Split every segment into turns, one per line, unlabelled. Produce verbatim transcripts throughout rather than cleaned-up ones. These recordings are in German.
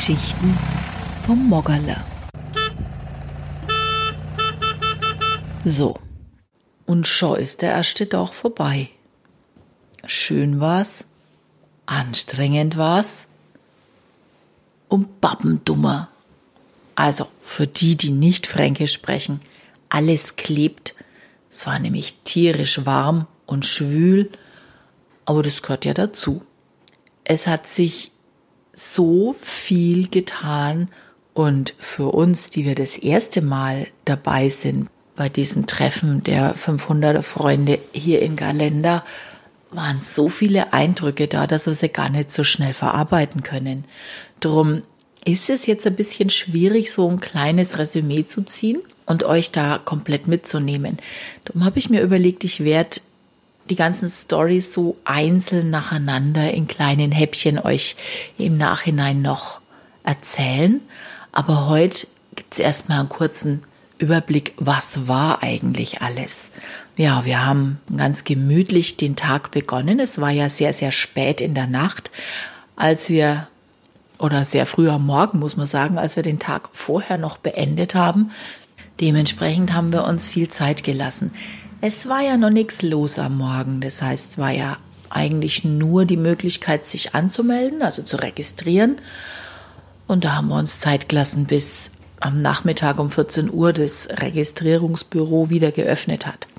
Geschichten vom Moggerle. So, und schon ist der erste Tag vorbei. Schön war's, anstrengend war's und babbendummer. Also für die, die nicht Fränkisch sprechen, alles klebt. Es war nämlich tierisch warm und schwül, aber das gehört ja dazu. Es hat sich so viel getan und für uns, die wir das erste Mal dabei sind bei diesem Treffen der fünfhunderter Freunde hier in Galenda, waren so viele Eindrücke da, dass wir sie gar nicht so schnell verarbeiten können. Drum ist es jetzt ein bisschen schwierig, so ein kleines Resümee zu ziehen und euch da komplett mitzunehmen. Darum habe ich mir überlegt, ich werde die ganzen Storys so einzeln nacheinander in kleinen Häppchen euch im Nachhinein noch erzählen. Aber heute gibt es erstmal einen kurzen Überblick, was war eigentlich alles. Ja, wir haben ganz gemütlich den Tag begonnen. Es war ja sehr, sehr spät in der Nacht, als wir, oder sehr früh am Morgen, muss man sagen, als wir den Tag vorher noch beendet haben. Dementsprechend haben wir uns viel Zeit gelassen. Es war ja noch nichts los am Morgen. Das heißt, es war ja eigentlich nur die Möglichkeit, sich anzumelden, also zu registrieren. Und da haben wir uns Zeit gelassen, bis am Nachmittag um vierzehn Uhr das Registrierungsbüro wieder geöffnet hat.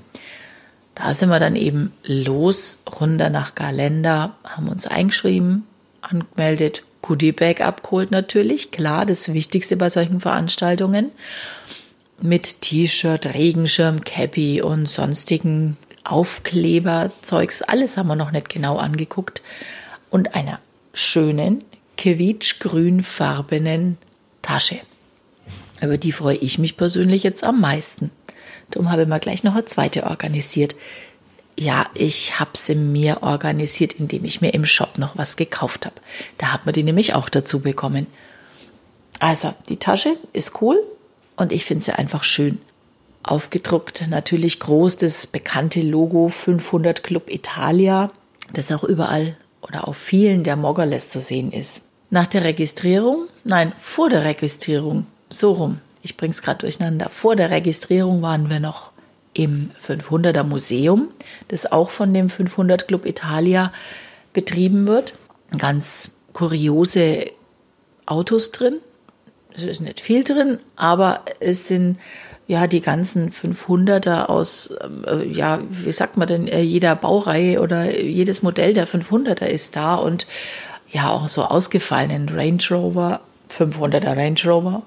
Da sind wir dann eben los, runter nach Galenda, haben uns eingeschrieben, angemeldet, Goodiebag abgeholt natürlich, klar, das Wichtigste bei solchen Veranstaltungen, mit T-Shirt, Regenschirm, Cappy und sonstigen Aufkleberzeugs, alles haben wir noch nicht genau angeguckt, und einer schönen, quietschgrünfarbenen Tasche. Über die freue ich mich persönlich jetzt am meisten. Darum habe ich mir gleich noch eine zweite organisiert. Ja, ich habe sie mir organisiert, indem ich mir im Shop noch was gekauft habe. Da hat man die nämlich auch dazu bekommen. Also, die Tasche ist cool und ich finde sie einfach schön. Aufgedruckt, natürlich groß, das bekannte Logo fünfhundert Club Italia, das auch überall oder auf vielen der Moggerles zu sehen ist. Nach der Registrierung, nein, vor der Registrierung, so rum, ich bring's gerade durcheinander. Vor der Registrierung waren wir noch im fünfhunderter Museum, das auch von dem fünfhundert Club Italia betrieben wird. Ganz kuriose Autos drin. Es ist nicht viel drin, aber es sind ja die ganzen fünfhunderter aus, äh, ja, wie sagt man denn, jeder Baureihe oder jedes Modell der fünfhunderter ist da und ja, auch so ausgefallenen Range Rover, fünfhunderter Range Rover.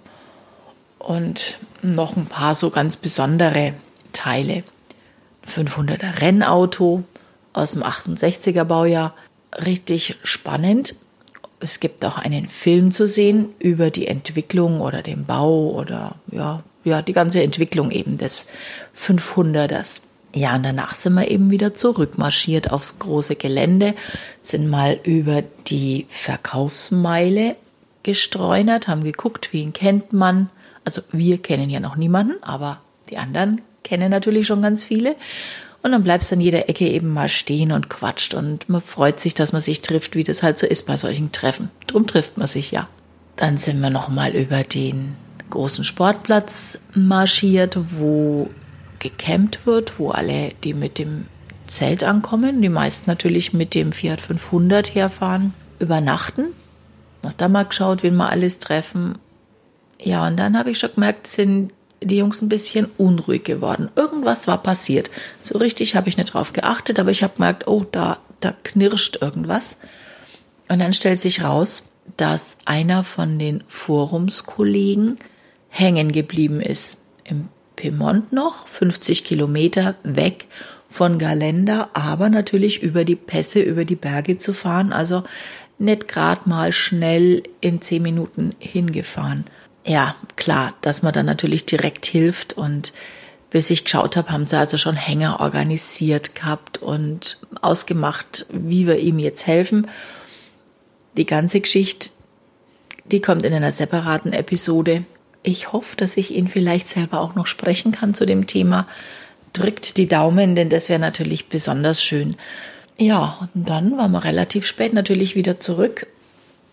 Und noch ein paar so ganz besondere Teile. fünfhunderter Rennauto aus dem achtundsechziger Baujahr. Richtig spannend. Es gibt auch einen Film zu sehen über die Entwicklung oder den Bau oder ja, ja die ganze Entwicklung eben des fünfhunderters. Ja, und danach sind wir eben wieder zurückmarschiert aufs große Gelände, sind mal über die Verkaufsmeile gestreunert, haben geguckt, wen kennt man. Also wir kennen ja noch niemanden, aber die anderen kennen natürlich schon ganz viele. Und dann bleibst du an jeder Ecke eben mal stehen und quatscht und man freut sich, dass man sich trifft, wie das halt so ist bei solchen Treffen. Drum trifft man sich ja. Dann sind wir noch mal über den großen Sportplatz marschiert, wo gecampt wird, wo alle, die mit dem Zelt ankommen, die meisten natürlich mit dem Fiat fünfhundert herfahren, übernachten. Noch da mal geschaut, wen wir alles treffen. Ja, und dann habe ich schon gemerkt, sind die Jungs ein bisschen unruhig geworden. Irgendwas war passiert. So richtig habe ich nicht drauf geachtet, aber ich habe gemerkt, oh, da, da knirscht irgendwas. Und dann stellt sich raus, dass einer von den Forumskollegen hängen geblieben ist. Im Piemont noch, fünfzig Kilometer weg von Galenda, aber natürlich über die Pässe, über die Berge zu fahren. Also nicht gerade mal schnell in zehn Minuten hingefahren. Ja, klar, dass man dann natürlich direkt hilft und bis ich geschaut habe, haben sie also schon Hänger organisiert gehabt und ausgemacht, wie wir ihm jetzt helfen. Die ganze Geschichte, die kommt in einer separaten Episode. Ich hoffe, dass ich ihn vielleicht selber auch noch sprechen kann zu dem Thema. Drückt die Daumen, denn das wäre natürlich besonders schön. Ja, und dann waren wir relativ spät natürlich wieder zurück.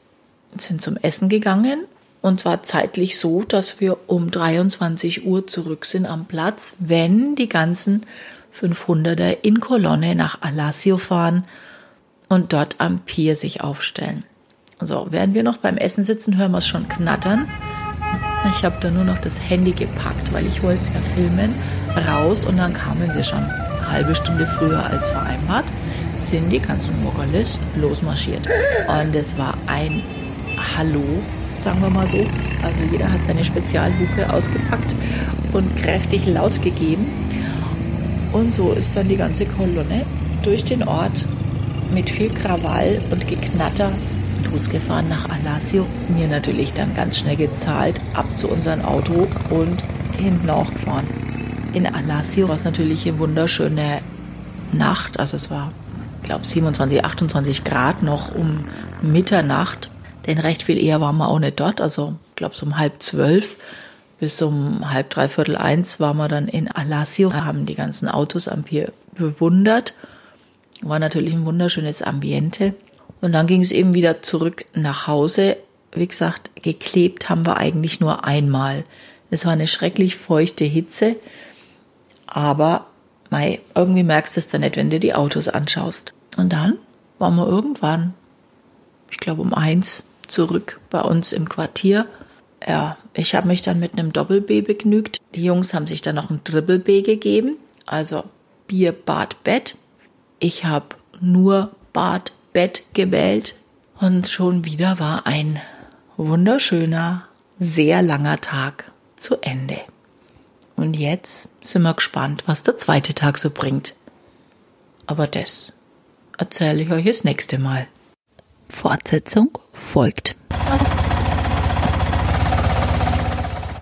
sind zum Essen gegangen und zwar zeitlich so, dass wir um dreiundzwanzig Uhr zurück sind am Platz, wenn die ganzen fünfhunderter in Kolonne nach Alassio fahren und dort am Pier sich aufstellen. So, während wir noch beim Essen sitzen, hören wir es schon knattern. Ich habe da nur noch das Handy gepackt, weil ich wollte es ja filmen, raus und dann kamen sie schon eine halbe Stunde früher als vereinbart, sind die ganzen Mokkalis losmarschiert. Und es war ein Hallo, sagen wir mal so. Also jeder hat seine Spezialhupe ausgepackt und kräftig laut gegeben. Und so ist dann die ganze Kolonne durch den Ort mit viel Krawall und Geknatter losgefahren nach Alassio. Mir natürlich dann ganz schnell gezahlt, ab zu unserem Auto und hinten auch gefahren. In Alassio war es natürlich eine wunderschöne Nacht. Also es war, ich glaube, siebenundzwanzig, achtundzwanzig Grad noch um Mitternacht. Denn recht viel eher waren wir auch nicht dort. Also ich glaube, so um halb zwölf bis um halb, dreiviertel eins waren wir dann in Alassio. Haben die ganzen Autos am Pier bewundert. War natürlich ein wunderschönes Ambiente. Und dann ging es eben wieder zurück nach Hause. Wie gesagt, geklebt haben wir eigentlich nur einmal. Es war eine schrecklich feuchte Hitze. Aber mei, irgendwie merkst du es dann nicht, wenn du die Autos anschaust. Und dann waren wir irgendwann, ich glaube um eins, zurück bei uns im Quartier. Ja, ich habe mich dann mit einem Doppel-B begnügt. Die Jungs haben sich dann noch ein Triple-B gegeben. Also Bier, Bad, Bett. Ich habe nur Bad, Bett gewählt. Und schon wieder war ein wunderschöner, sehr langer Tag zu Ende. Und jetzt sind wir gespannt, was der zweite Tag so bringt. Aber das erzähle ich euch das nächste Mal. Fortsetzung folgt.